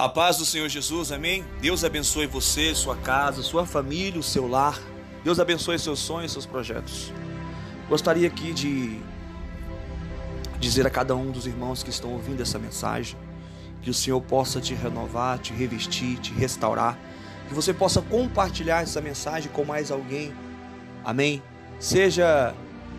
A paz do Senhor Jesus, amém? Deus abençoe você, sua casa, sua família, o seu lar. Deus abençoe seus sonhos, seus projetos. Gostaria aqui de dizer a cada um dos irmãos que estão ouvindo essa mensagem que o Senhor possa te renovar, te revestir, te restaurar, que você possa compartilhar essa mensagem com mais alguém, amém? Seja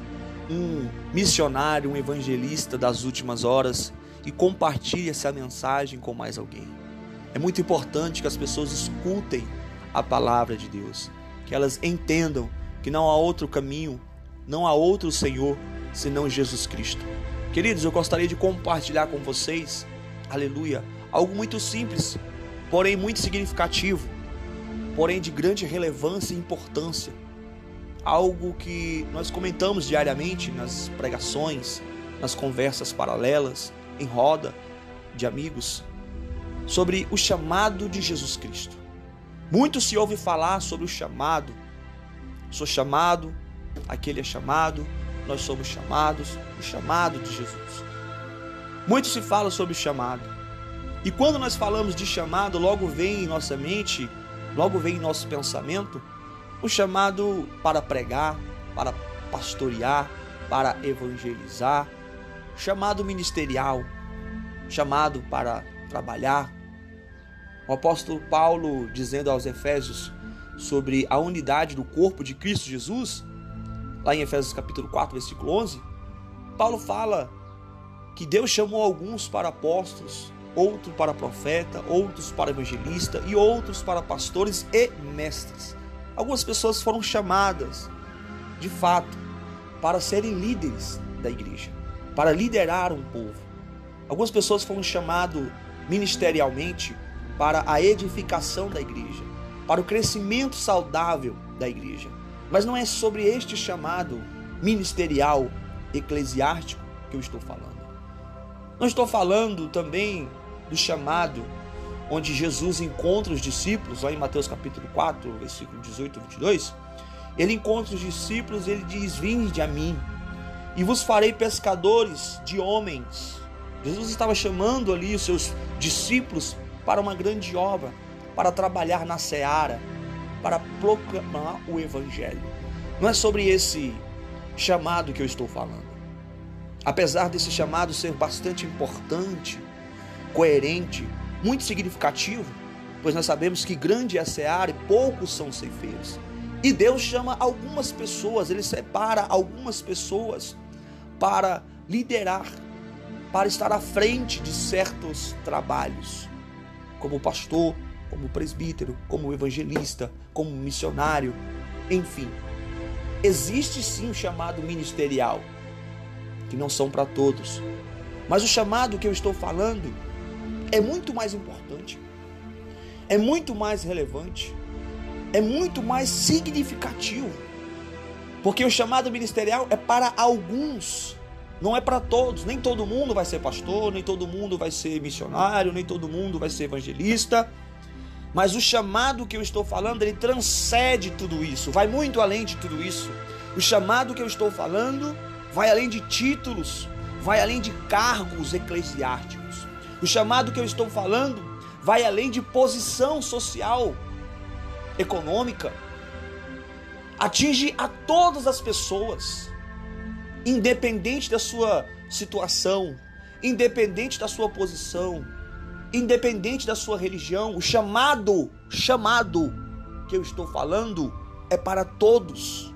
um missionário, um evangelista das últimas horas e compartilhe essa mensagem com mais alguém. É muito importante que as pessoas escutem a palavra de Deus, que elas entendam que não há outro caminho, não há outro Senhor senão Jesus Cristo. Queridos, eu gostaria de compartilhar com vocês, aleluia, algo muito simples, porém muito significativo, porém de grande relevância e importância. Algo que nós comentamos diariamente nas pregações, nas conversas paralelas, em roda de amigos, sobre o chamado de Jesus Cristo. Muito se ouve falar sobre o chamado. Sou chamado, aquele é chamado, nós somos chamados, o chamado de Jesus. Muito se fala sobre o chamado. E quando nós falamos de chamado, logo vem em nossa mente, logo vem em nosso pensamento, o chamado para pregar, para pastorear, para evangelizar, chamado ministerial, chamado para trabalhar. O apóstolo Paulo, dizendo aos Efésios sobre a unidade do corpo de Cristo Jesus, lá em Efésios capítulo 4, versículo 11, Paulo fala que Deus chamou alguns para apóstolos, outros para profeta, outros para evangelista e outros para pastores e mestres. Algumas pessoas foram chamadas, de fato, para serem líderes da igreja, para liderar um povo. Algumas pessoas foram chamadas ministerialmente para a edificação da igreja, para o crescimento saudável da igreja. Mas não é sobre este chamado ministerial, eclesiástico que eu estou falando. Não estou falando também do chamado onde Jesus encontra os discípulos, lá em Mateus capítulo 4, versículo 18 e 22. Ele encontra os discípulos e ele diz: vinde a mim e vos farei pescadores de homens. Jesus estava chamando ali os seus discípulos para uma grande obra, para trabalhar na seara, para proclamar o evangelho. Não é sobre esse chamado que eu estou falando. Apesar desse chamado ser bastante importante, coerente, muito significativo, pois nós sabemos que grande é a seara e poucos são ceifeiros. E Deus chama algumas pessoas, Ele separa algumas pessoas para liderar, para estar à frente de certos trabalhos, como pastor, como presbítero, como evangelista, como missionário, enfim. Existe sim o chamado ministerial, que não são para todos, mas o chamado que eu estou falando é muito mais importante, é muito mais relevante, é muito mais significativo, porque o chamado ministerial é para alguns, não é para todos. Nem todo mundo vai ser pastor, nem todo mundo vai ser missionário, nem todo mundo vai ser evangelista. Mas o chamado que eu estou falando, ele transcende tudo isso, vai muito além de tudo isso. O chamado que eu estou falando vai além de títulos, vai além de cargos eclesiásticos. O chamado que eu estou falando vai além de posição social, econômica. Atinge a todas as pessoas, independente da sua situação, independente da sua posição, independente da sua religião. O chamado que eu estou falando é para todos,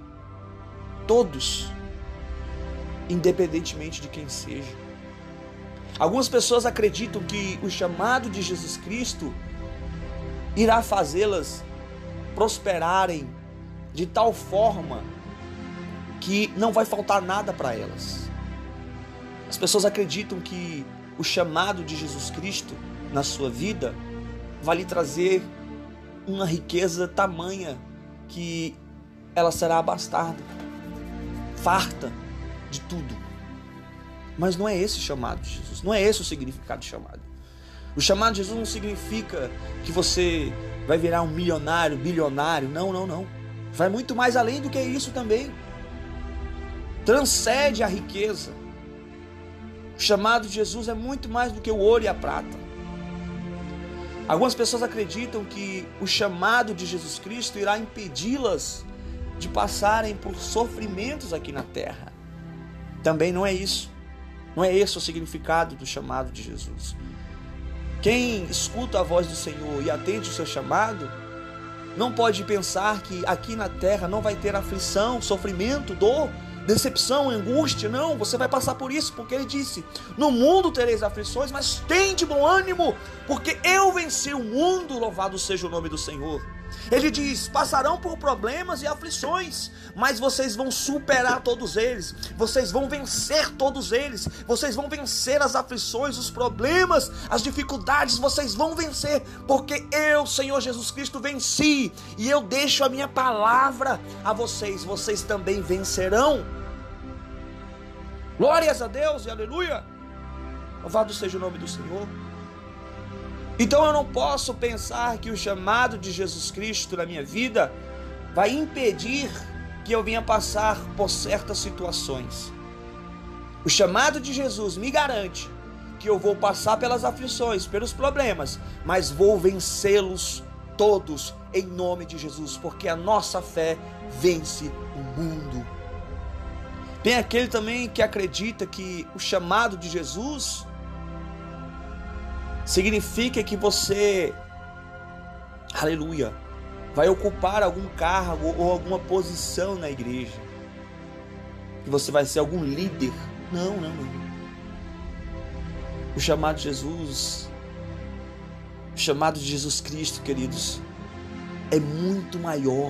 independentemente de quem seja. Algumas pessoas acreditam que o chamado de Jesus Cristo irá fazê-las prosperarem de tal forma que não vai faltar nada para elas. As pessoas acreditam que o chamado de Jesus Cristo na sua vida vai lhe trazer uma riqueza tamanha que ela será abastada, farta de tudo. Mas não é esse o chamado de Jesus, não é esse o significado de chamado. O chamado de Jesus não significa que você vai virar um milionário, bilionário, não. Vai muito mais além do que isso também. Transcende a riqueza. O chamado de Jesus é muito mais do que o ouro e a prata. Algumas pessoas acreditam que o chamado de Jesus Cristo irá impedi-las de passarem por sofrimentos aqui na terra. Também não é isso. Não é esse o significado do chamado de Jesus. Quem escuta a voz do Senhor e atende o seu chamado, não pode pensar que aqui na terra não vai ter aflição, sofrimento, dor, decepção, angústia. Não, você vai passar por isso, porque ele disse: no mundo tereis aflições, mas tende bom ânimo, porque eu venci o mundo, louvado seja o nome do Senhor. Ele diz: passarão por problemas e aflições, mas vocês vão superar todos eles, vocês vão vencer todos eles, vocês vão vencer as aflições, os problemas, as dificuldades, vocês vão vencer, porque eu, Senhor Jesus Cristo, venci, e eu deixo a minha palavra a vocês, vocês também vencerão. Glórias a Deus e aleluia, louvado seja o nome do Senhor. Então eu não posso pensar que o chamado de Jesus Cristo na minha vida vai impedir que eu venha passar por certas situações. O chamado de Jesus me garante que eu vou passar pelas aflições, pelos problemas, mas vou vencê-los todos em nome de Jesus, porque a nossa fé vence o mundo. Tem aquele também que acredita que o chamado de Jesus significa que você, aleluia, vai ocupar algum cargo ou alguma posição na igreja, que você vai ser algum líder. Não. O chamado de Jesus, o chamado de Jesus Cristo, queridos, é muito maior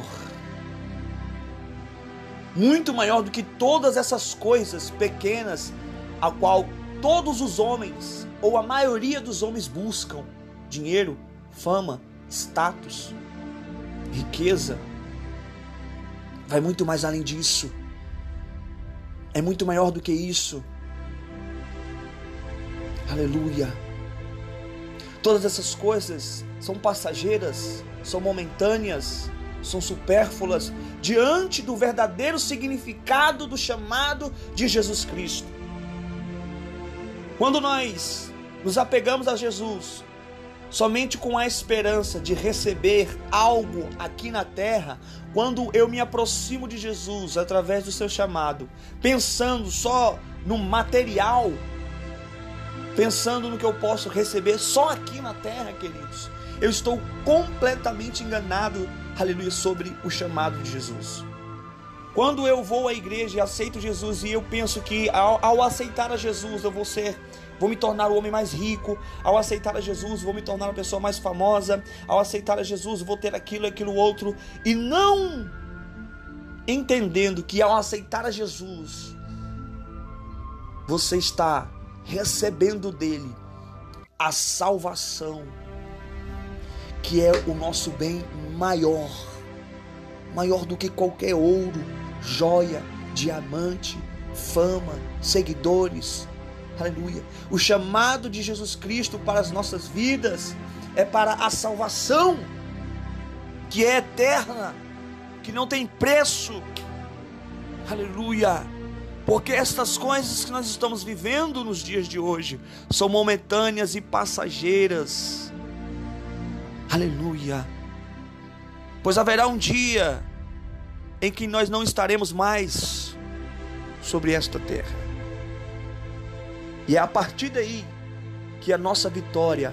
do que todas essas coisas pequenas a qual todos os homens, ou a maioria dos homens, buscam: dinheiro, fama, status, riqueza. Vai muito mais além disso. É muito maior do que isso. Aleluia. Todas essas coisas são passageiras, são momentâneas, são supérfluas diante do verdadeiro significado do chamado de Jesus Cristo. Quando nós nos apegamos a Jesus somente com a esperança de receber algo aqui na terra, quando eu me aproximo de Jesus através do seu chamado, pensando só no material, pensando no que eu posso receber só aqui na terra, queridos, eu estou completamente enganado, aleluia, sobre o chamado de Jesus. Quando eu vou à igreja e aceito Jesus, e eu penso que ao aceitar a Jesus eu vou me tornar o homem mais rico, ao aceitar a Jesus vou me tornar a pessoa mais famosa, ao aceitar a Jesus vou ter aquilo outro, e não entendendo que ao aceitar a Jesus você está recebendo dele a salvação, que é o nosso bem maior do que qualquer ouro, joia, diamante, fama, seguidores. Aleluia. O chamado de Jesus Cristo para as nossas vidas é para a salvação, que é eterna, que não tem preço. Aleluia. Porque estas coisas que nós estamos vivendo nos dias de hoje são momentâneas e passageiras. Aleluia. Pois haverá um dia em que nós não estaremos mais sobre esta terra. E é a partir daí que a nossa vitória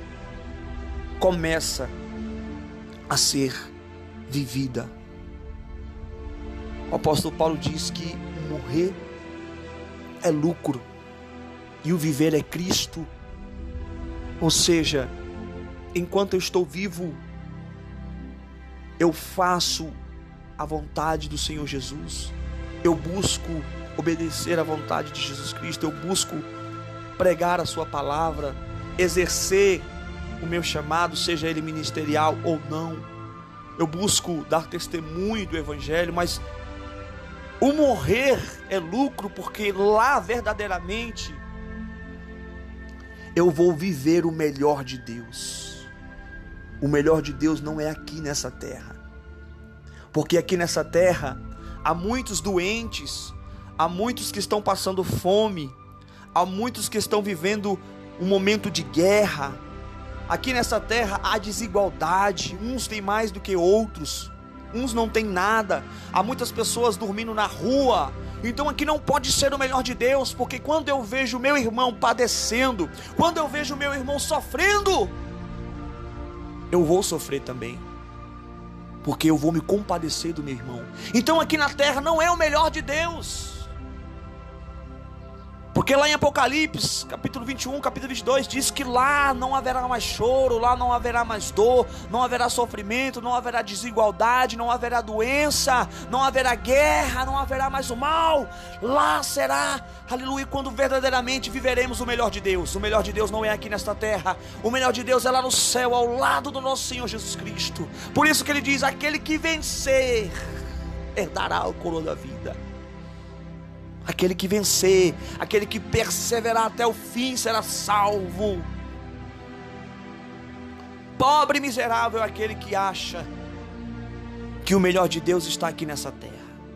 começa a ser vivida. O apóstolo Paulo diz que morrer é lucro e o viver é Cristo. Ou seja, enquanto eu estou vivo, eu faço a vontade do Senhor Jesus, eu busco obedecer à vontade de Jesus Cristo, eu busco pregar a sua palavra, exercer o meu chamado, seja ele ministerial ou não. Eu busco dar testemunho do evangelho, mas o morrer é lucro, porque lá verdadeiramente eu vou viver o melhor de Deus. O melhor de Deus não é aqui nessa terra, porque aqui nessa terra há muitos doentes, há muitos que estão passando fome, há muitos que estão vivendo um momento de guerra, Aqui nessa terra há desigualdade, uns têm mais do que outros, uns não têm nada, há muitas pessoas dormindo na rua. Então aqui não pode ser o melhor de Deus, porque quando eu vejo meu irmão padecendo, quando eu vejo meu irmão sofrendo, eu vou sofrer também, porque eu vou me compadecer do meu irmão. Então aqui na terra não é o melhor de Deus, porque lá em Apocalipse, capítulo 21, capítulo 22, diz que lá não haverá mais choro, lá não haverá mais dor, não haverá sofrimento, não haverá desigualdade, não haverá doença, não haverá guerra, não haverá mais o mal. Lá será, aleluia, quando verdadeiramente viveremos o melhor de Deus. O melhor de Deus não é aqui nesta terra, o melhor de Deus é lá no céu, ao lado do nosso Senhor Jesus Cristo. Por isso que ele diz: aquele que vencer herdará o coroa da vida. Aquele que vencer, aquele que perseverar até o fim será salvo. Pobre e miserável é aquele que acha que o melhor de Deus está aqui nessa terra.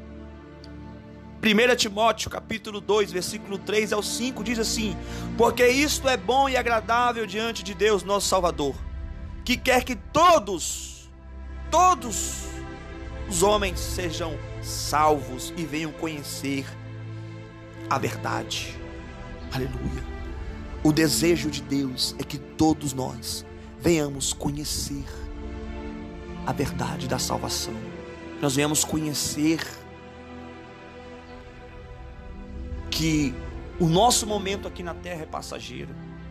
1 Timóteo capítulo 2, versículo 3 ao 5 diz assim: porque isto é bom e agradável diante de Deus nosso Salvador, que quer que todos os homens sejam salvos e venham conhecer a verdade. Aleluia. O desejo de Deus é que todos nós venhamos conhecer a verdade da salvação. Nós venhamos conhecer que o nosso momento aqui na terra é passageiro.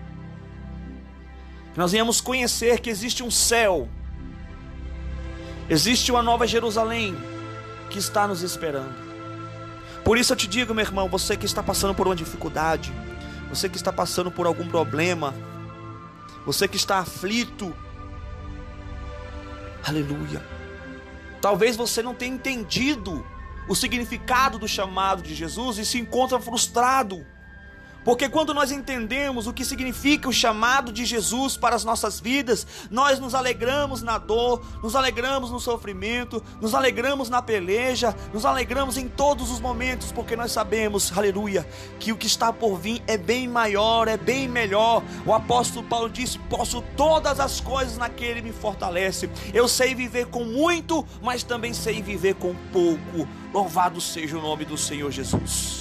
Nós venhamos conhecer que existe um céu, existe uma nova Jerusalém que está nos esperando. Por isso eu te digo, meu irmão, você que está passando por uma dificuldade, você que está passando por algum problema, você que está aflito, aleluia, talvez você não tenha entendido o significado do chamado de Jesus e se encontra frustrado, porque quando nós entendemos o que significa o chamado de Jesus para as nossas vidas, nós nos alegramos na dor, nos alegramos no sofrimento, nos alegramos na peleja, nos alegramos em todos os momentos, porque nós sabemos, aleluia, que o que está por vir é bem maior, é bem melhor. O apóstolo Paulo disse: posso todas as coisas naquele que me fortalece. Eu sei viver com muito, mas também sei viver com pouco. Louvado seja o nome do Senhor Jesus.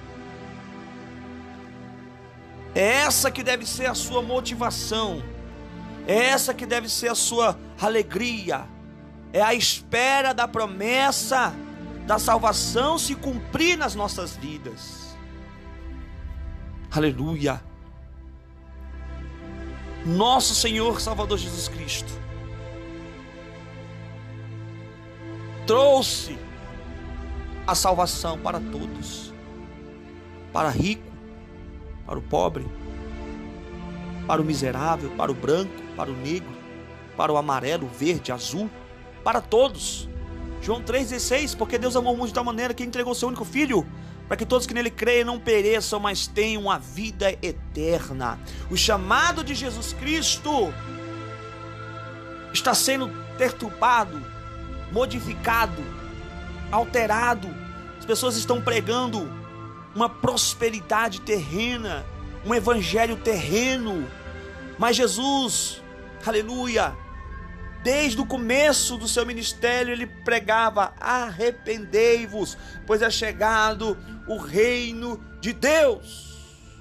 É essa que deve ser a sua motivação, é essa que deve ser a sua alegria, é a espera da promessa da salvação se cumprir nas nossas vidas. Aleluia. Nosso Senhor Salvador Jesus Cristo trouxe a salvação para todos, para rico, para o pobre, para o miserável, para o branco, para o negro, para o amarelo, verde, azul, para todos. João 3,16, porque Deus amou o mundo de tal maneira que entregou seu único filho, para que todos que nele creiam não pereçam, mas tenham a vida eterna. O chamado de Jesus Cristo está sendo perturbado, modificado, alterado. As pessoas estão pregando uma prosperidade terrena, um evangelho terreno, mas Jesus, aleluia, desde o começo do seu ministério ele pregava: arrependei-vos, pois é chegado o reino de Deus.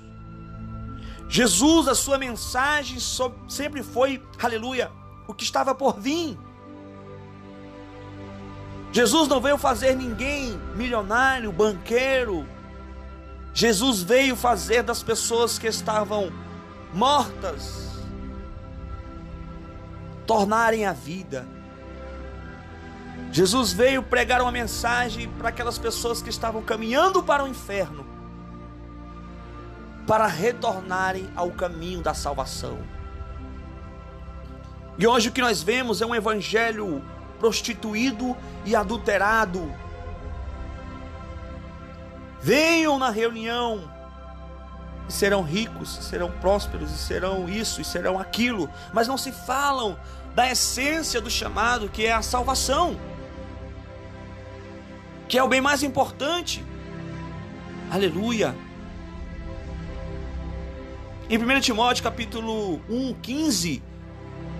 Jesus, a sua mensagem sempre foi, aleluia, o que estava por vir. Jesus não veio fazer ninguém milionário, banqueiro. Jesus veio fazer das pessoas que estavam mortas tornarem a vida. Jesus veio pregar uma mensagem para aquelas pessoas que estavam caminhando para o inferno, para retornarem ao caminho da salvação. E hoje o que nós vemos é um evangelho prostituído e adulterado. Venham na reunião e serão ricos, serão prósperos, e serão isso, e serão aquilo, mas não se falam da essência do chamado, que é a salvação, que é o bem mais importante. Aleluia. Em 1 Timóteo capítulo 1, 15,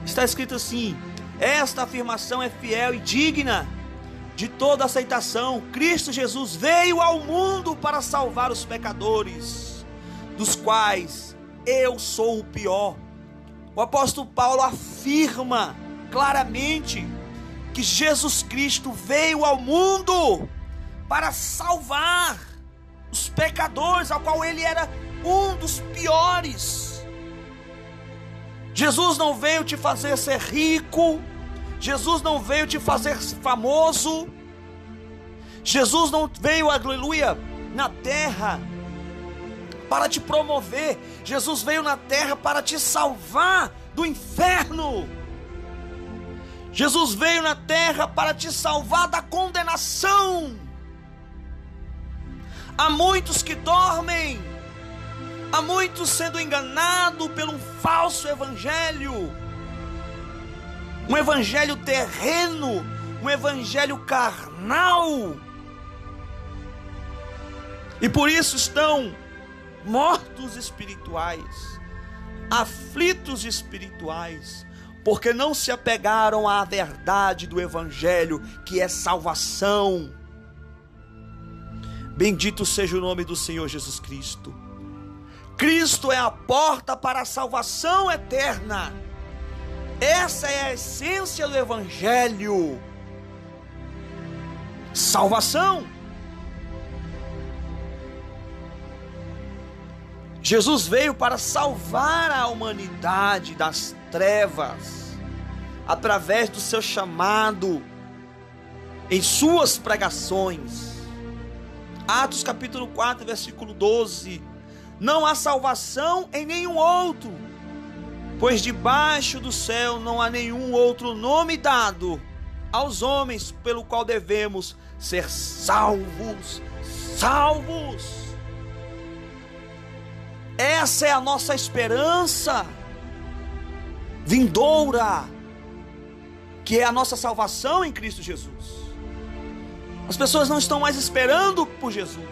Está escrito assim: esta afirmação é fiel e digna de toda aceitação. Cristo Jesus veio ao mundo para salvar os pecadores, dos quais eu sou o pior. O apóstolo Paulo afirma claramente que Jesus Cristo veio ao mundo para salvar os pecadores, ao qual ele era um dos piores. Jesus não veio te fazer ser rico, Jesus não veio te fazer famoso, Jesus não veio, aleluia, na terra para te promover. Jesus veio na terra para te salvar do inferno. Jesus veio na terra para te salvar da condenação. Há muitos que dormem, há muitos sendo enganados por um falso evangelho, um evangelho terreno, um evangelho carnal, e por isso estão mortos espirituais, aflitos espirituais, porque não se apegaram à verdade do evangelho, que é salvação. Bendito seja o nome do Senhor Jesus Cristo. Cristo é a porta para a salvação eterna. Essa é a essência do evangelho. Salvação. Jesus veio para salvar a humanidade das trevas, através do seu chamado, em suas pregações. Atos capítulo 4, versículo 12. Não há salvação em nenhum outro, pois debaixo do céu não há nenhum outro nome dado aos homens pelo qual devemos ser salvos. Salvos! Essa é a nossa esperança vindoura, que é a nossa salvação em Cristo Jesus. As pessoas não estão mais esperando por Jesus.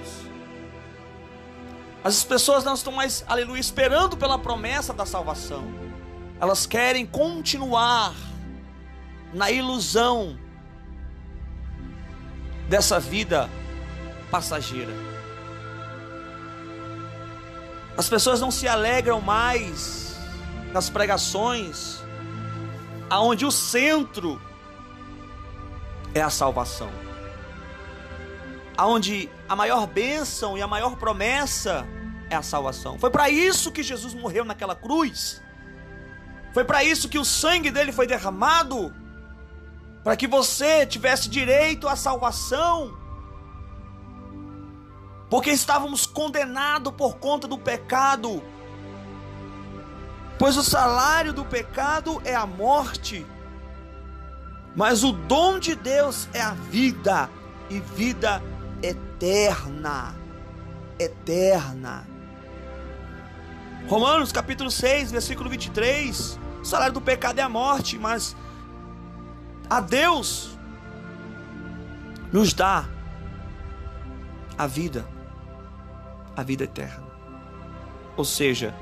As pessoas não estão mais, aleluia, esperando pela promessa da salvação. Elas querem continuar na ilusão dessa vida passageira. As pessoas não se alegram mais nas pregações, aonde o centro é a salvação, aonde a maior bênção e a maior promessa é a salvação. Foi para isso que Jesus morreu naquela cruz. Foi para isso que o sangue dele foi derramado, para que você tivesse direito à salvação, porque estávamos condenados por conta do pecado, pois o salário do pecado é a morte, mas o dom de Deus é a vida, e vida eterna. Eterna. Romanos capítulo 6, versículo 23. O salário do pecado é a morte, mas a Deus nos dá a vida eterna. Ou seja,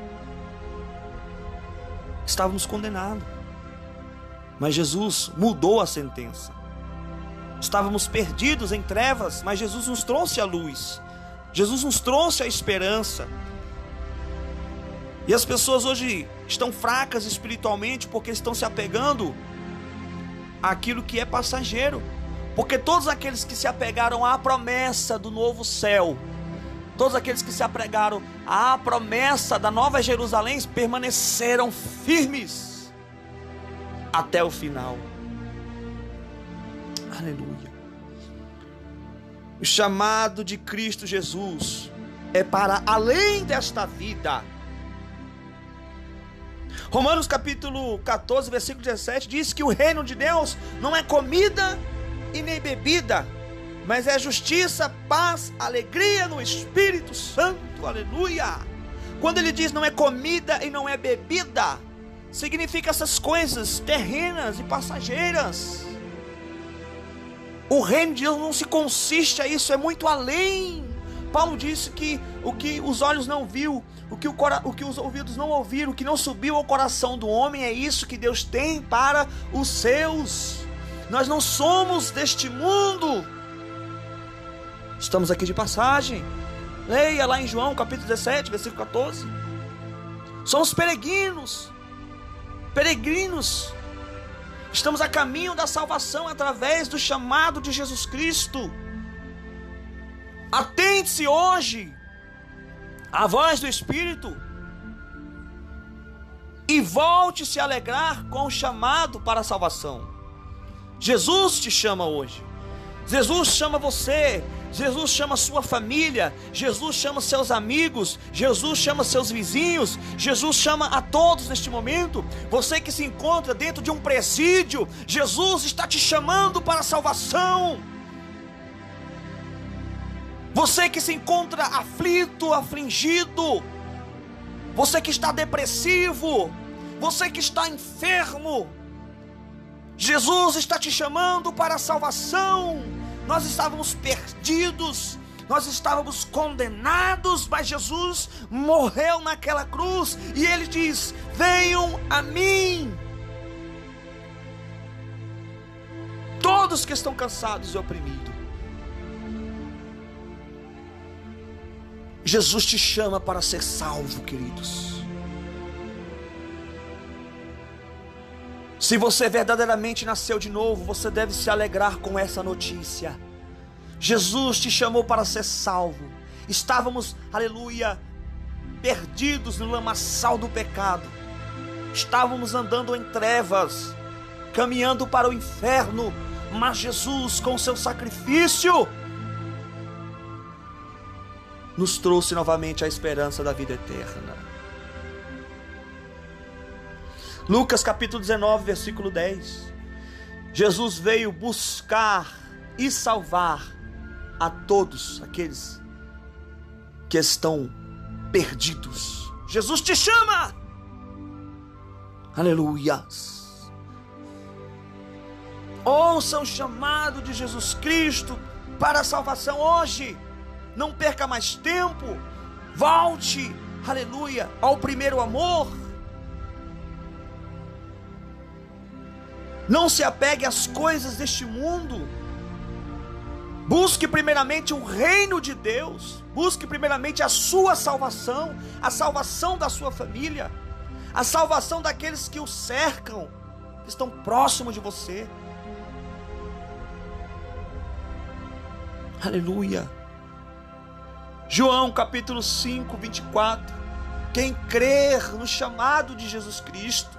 estávamos condenados, mas Jesus mudou a sentença. Estávamos perdidos em trevas, mas Jesus nos trouxe a luz. Jesus nos trouxe a esperança. E as pessoas hoje estão fracas espiritualmente porque estão se apegando àquilo que é passageiro. Porque todos aqueles que se apegaram à promessa do novo céu, todos aqueles que se apegaram à promessa da nova Jerusalém, permaneceram firmes até o final. Aleluia. O chamado de Cristo Jesus é para além desta vida. Romanos capítulo 14, versículo 17 diz que o reino de Deus não é comida e nem bebida, mas é justiça, paz, alegria no Espírito Santo. Aleluia. Quando ele diz não é comida e não é bebida, significa essas coisas terrenas e passageiras. O reino de Deus não se consiste a isso, é muito além, Paulo disse que o que os olhos não viu, o que os ouvidos não ouviram, o que não subiu ao coração do homem, é isso que Deus tem para os seus. Nós não somos deste mundo. Estamos aqui de passagem. Leia lá em João capítulo 17, versículo 14. Somos peregrinos. Estamos a caminho da salvação através do chamado de Jesus Cristo. Atente-se hoje à voz do Espírito e volte se a alegrar com o chamado para a salvação. Jesus te chama hoje. Jesus chama você. Jesus chama sua família. Jesus chama seus amigos. Jesus chama seus vizinhos. Jesus chama a todos neste momento. Você que se encontra dentro de um presídio, Jesus está te chamando para a salvação. Você que se encontra aflito, afligido, você que está depressivo, você que está enfermo, Jesus está te chamando para a salvação. Nós estávamos perdidos, nós estávamos condenados, mas Jesus morreu naquela cruz e Ele diz: venham a mim, todos que estão cansados e oprimidos. Jesus te chama para ser salvo, queridos. Se você verdadeiramente nasceu de novo, você deve se alegrar com essa notícia. Jesus te chamou para ser salvo. Estávamos, aleluia, perdidos no lamaçal do pecado. Estávamos andando em trevas, caminhando para o inferno, mas Jesus, com seu sacrifício, nos trouxe novamente a esperança da vida eterna. Lucas capítulo 19, versículo 10. Jesus veio buscar e salvar a todos aqueles que estão perdidos. Jesus te chama. Aleluia. Ouça o chamado de Jesus Cristo para a salvação hoje. Não perca mais tempo. Volte, aleluia, ao primeiro amor. Não se apegue às coisas deste mundo. Busque primeiramente o reino de Deus. Busque primeiramente a sua salvação, a salvação da sua família, a salvação daqueles que o cercam, que estão próximos de você. Aleluia. João capítulo 5, 24. Quem crer no chamado de Jesus Cristo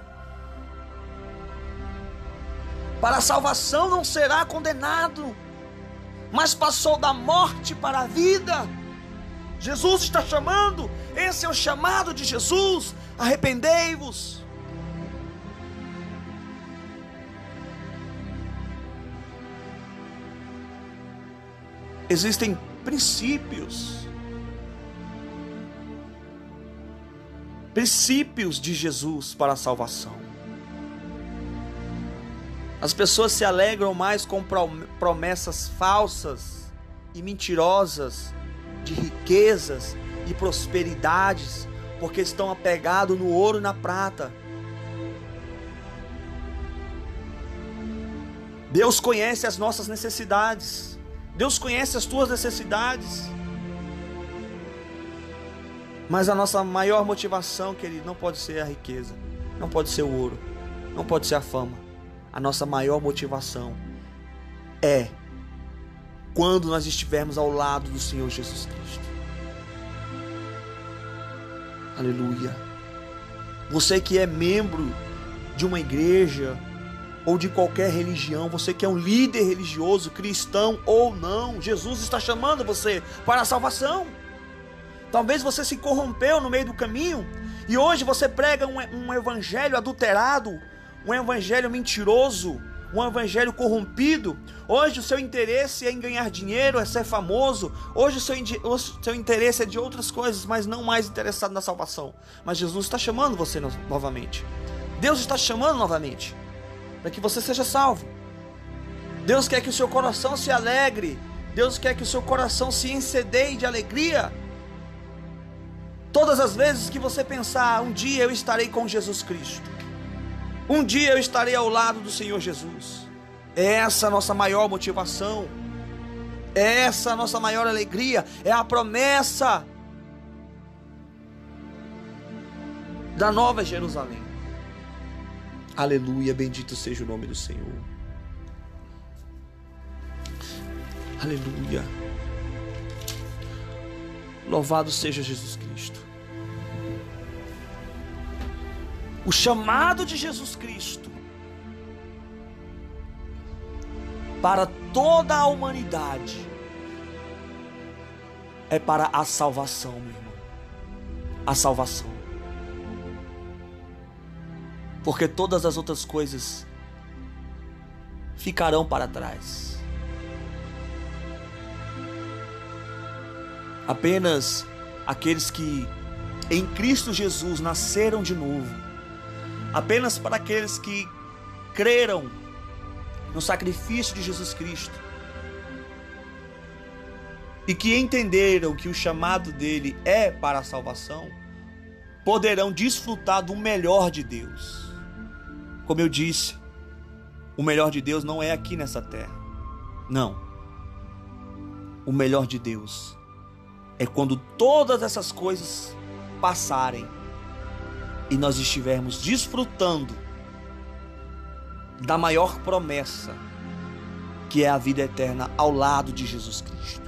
para a salvação não será condenado, mas passou da morte para a vida. Jesus está chamando. Esse é o chamado de Jesus. Arrependei-vos. Existem princípios de Jesus para a salvação. As pessoas se alegram mais com promessas falsas e mentirosas de riquezas e prosperidades, porque estão apegados no ouro e na prata. Deus conhece as nossas necessidades. Deus conhece as tuas necessidades. Mas a nossa maior motivação, querido, não pode ser a riqueza, não pode ser o ouro, não pode ser a fama. A nossa maior motivação é quando nós estivermos ao lado do Senhor Jesus Cristo. Aleluia. Você que é membro de uma igreja ou de qualquer religião, você que é um líder religioso, cristão ou não, Jesus está chamando você para a salvação. Talvez você se corrompeu no meio do caminho e hoje você prega um evangelho adulterado, um evangelho mentiroso, um evangelho corrompido. Hoje o seu interesse é em ganhar dinheiro, é ser famoso. Hoje o seu interesse é de outras coisas, mas não mais interessado na salvação. Mas Jesus está chamando você novamente. Deus está chamando novamente para que você seja salvo. Deus quer que o seu coração se alegre Deus quer que o seu coração se ensedeie de alegria. Todas as vezes que você pensar, um dia eu estarei com Jesus Cristo, um dia eu estarei ao lado do Senhor Jesus. É essa a nossa maior motivação, é essa a nossa maior alegria, é a promessa da Nova Jerusalém. Aleluia, bendito seja o nome do Senhor. Aleluia. Louvado seja Jesus Cristo. O chamado de Jesus Cristo para toda a humanidade é para a salvação, meu irmão. A salvação. Porque todas as outras coisas ficarão para trás. Apenas aqueles que em Cristo Jesus nasceram de novo, apenas para aqueles que creram no sacrifício de Jesus Cristo e que entenderam que o chamado dele é para a salvação, poderão desfrutar do melhor de Deus. Como eu disse, o melhor de Deus não é aqui nessa terra. Não. O melhor de Deus é quando todas essas coisas passarem e nós estivermos desfrutando da maior promessa, que é a vida eterna ao lado de Jesus Cristo.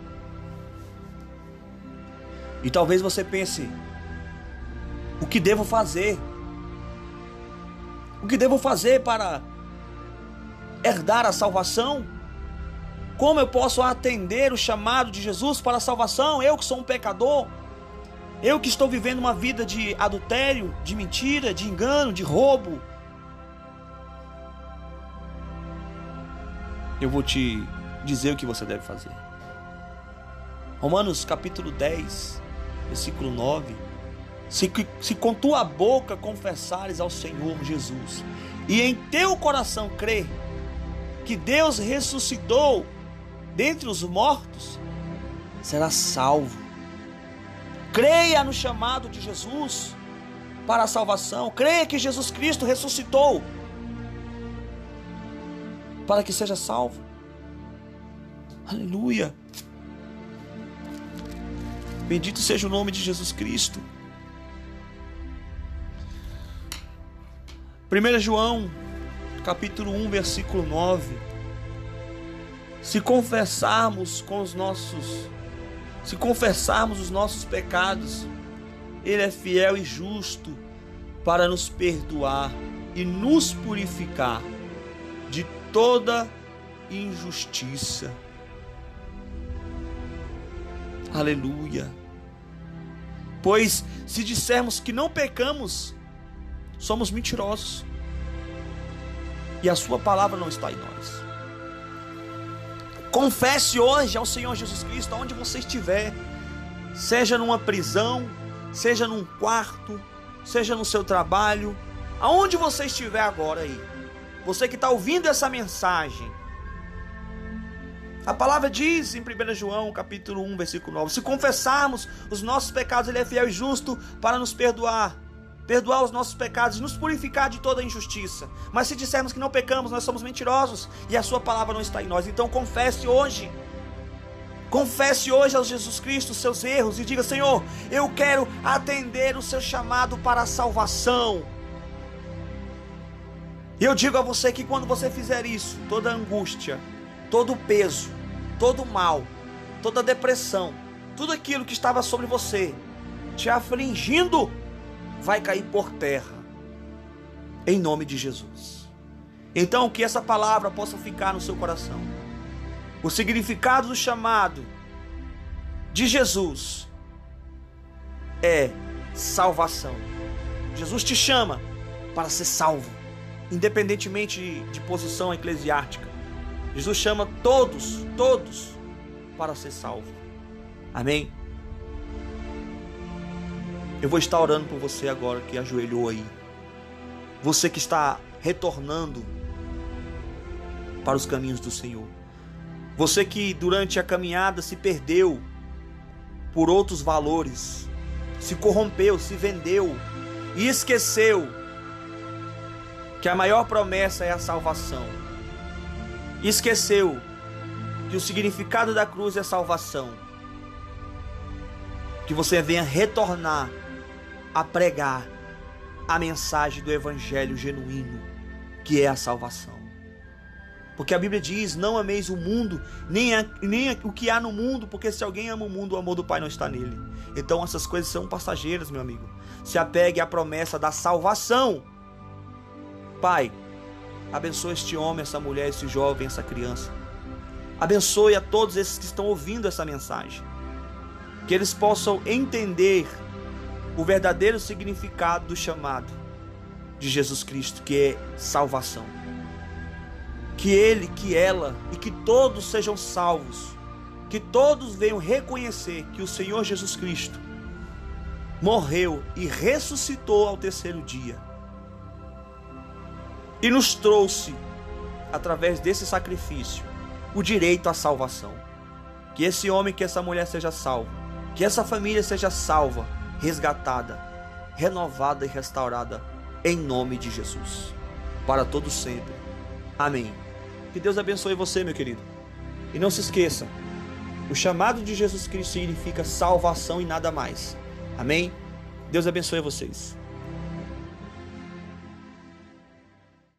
E talvez você pense: o que devo fazer? O que devo fazer para herdar a salvação? Como eu posso atender o chamado de Jesus para a salvação? Eu que sou um pecador, eu que estou vivendo uma vida de adultério, de mentira, de engano, de roubo. Eu vou te dizer o que você deve fazer. Romanos capítulo 10, versículo 9. Se com tua boca confessares ao Senhor Jesus e em teu coração crer que Deus ressuscitou dentre os mortos, serás salvo. Creia no chamado de Jesus para a salvação. Creia que Jesus Cristo ressuscitou para que seja salvo. Aleluia. Bendito seja o nome de Jesus Cristo. 1 João capítulo 1, versículo 9. Se confessarmos os nossos pecados, Ele é fiel e justo para nos perdoar e nos purificar de toda injustiça. Aleluia. Pois se dissermos que não pecamos, somos mentirosos e a sua palavra não está em nós. Confesse hoje ao Senhor Jesus Cristo, onde você estiver, seja numa prisão, seja num quarto, seja no seu trabalho, aonde você estiver agora aí, você que está ouvindo essa mensagem. A palavra diz em 1 João capítulo 1, versículo 9, se confessarmos os nossos pecados, Ele é fiel e justo para nos perdoar os nossos pecados e nos purificar de toda injustiça. Mas se dissermos que não pecamos, nós somos mentirosos e a sua palavra não está em nós. Então confesse hoje ao Jesus Cristo os seus erros e diga: Senhor, eu quero atender o seu chamado para a salvação. E eu digo a você que quando você fizer isso, toda angústia, todo peso, todo mal, toda depressão, tudo aquilo que estava sobre você, te afligindo, vai cair por terra, em nome de Jesus. Então que essa palavra possa ficar no seu coração. O significado do chamado de Jesus é salvação. Jesus te chama para ser salvo, independentemente de posição eclesiástica. Jesus chama todos para ser salvo. Amém? Eu vou estar orando por você agora que ajoelhou aí. Você que está retornando para os caminhos do Senhor. Você que durante a caminhada se perdeu por outros valores, se corrompeu, se vendeu e esqueceu que a maior promessa é a salvação. Esqueceu que o significado da cruz é salvação. Que você venha retornar a pregar a mensagem do evangelho genuíno, que é a salvação. Porque a Bíblia diz: não ameis o mundo, nem o que há no mundo, porque se alguém ama o mundo, o amor do Pai não está nele. Então essas coisas são passageiras, meu amigo. Se apegue à promessa da salvação. Pai, abençoe este homem, essa mulher, esse jovem, essa criança. Abençoe a todos esses que estão ouvindo essa mensagem. Que eles possam entender o verdadeiro significado do chamado de Jesus Cristo, que é salvação. Que ele, que ela e que todos sejam salvos. Que todos venham reconhecer que o Senhor Jesus Cristo morreu e ressuscitou ao terceiro dia. E nos trouxe, através desse sacrifício, o direito à salvação. Que esse homem, que essa mulher seja salvo. Que essa família seja salva, resgatada, renovada e restaurada, em nome de Jesus. Para todos sempre. Amém. Que Deus abençoe você, meu querido. E não se esqueça, o chamado de Jesus Cristo significa salvação e nada mais. Amém? Deus abençoe vocês.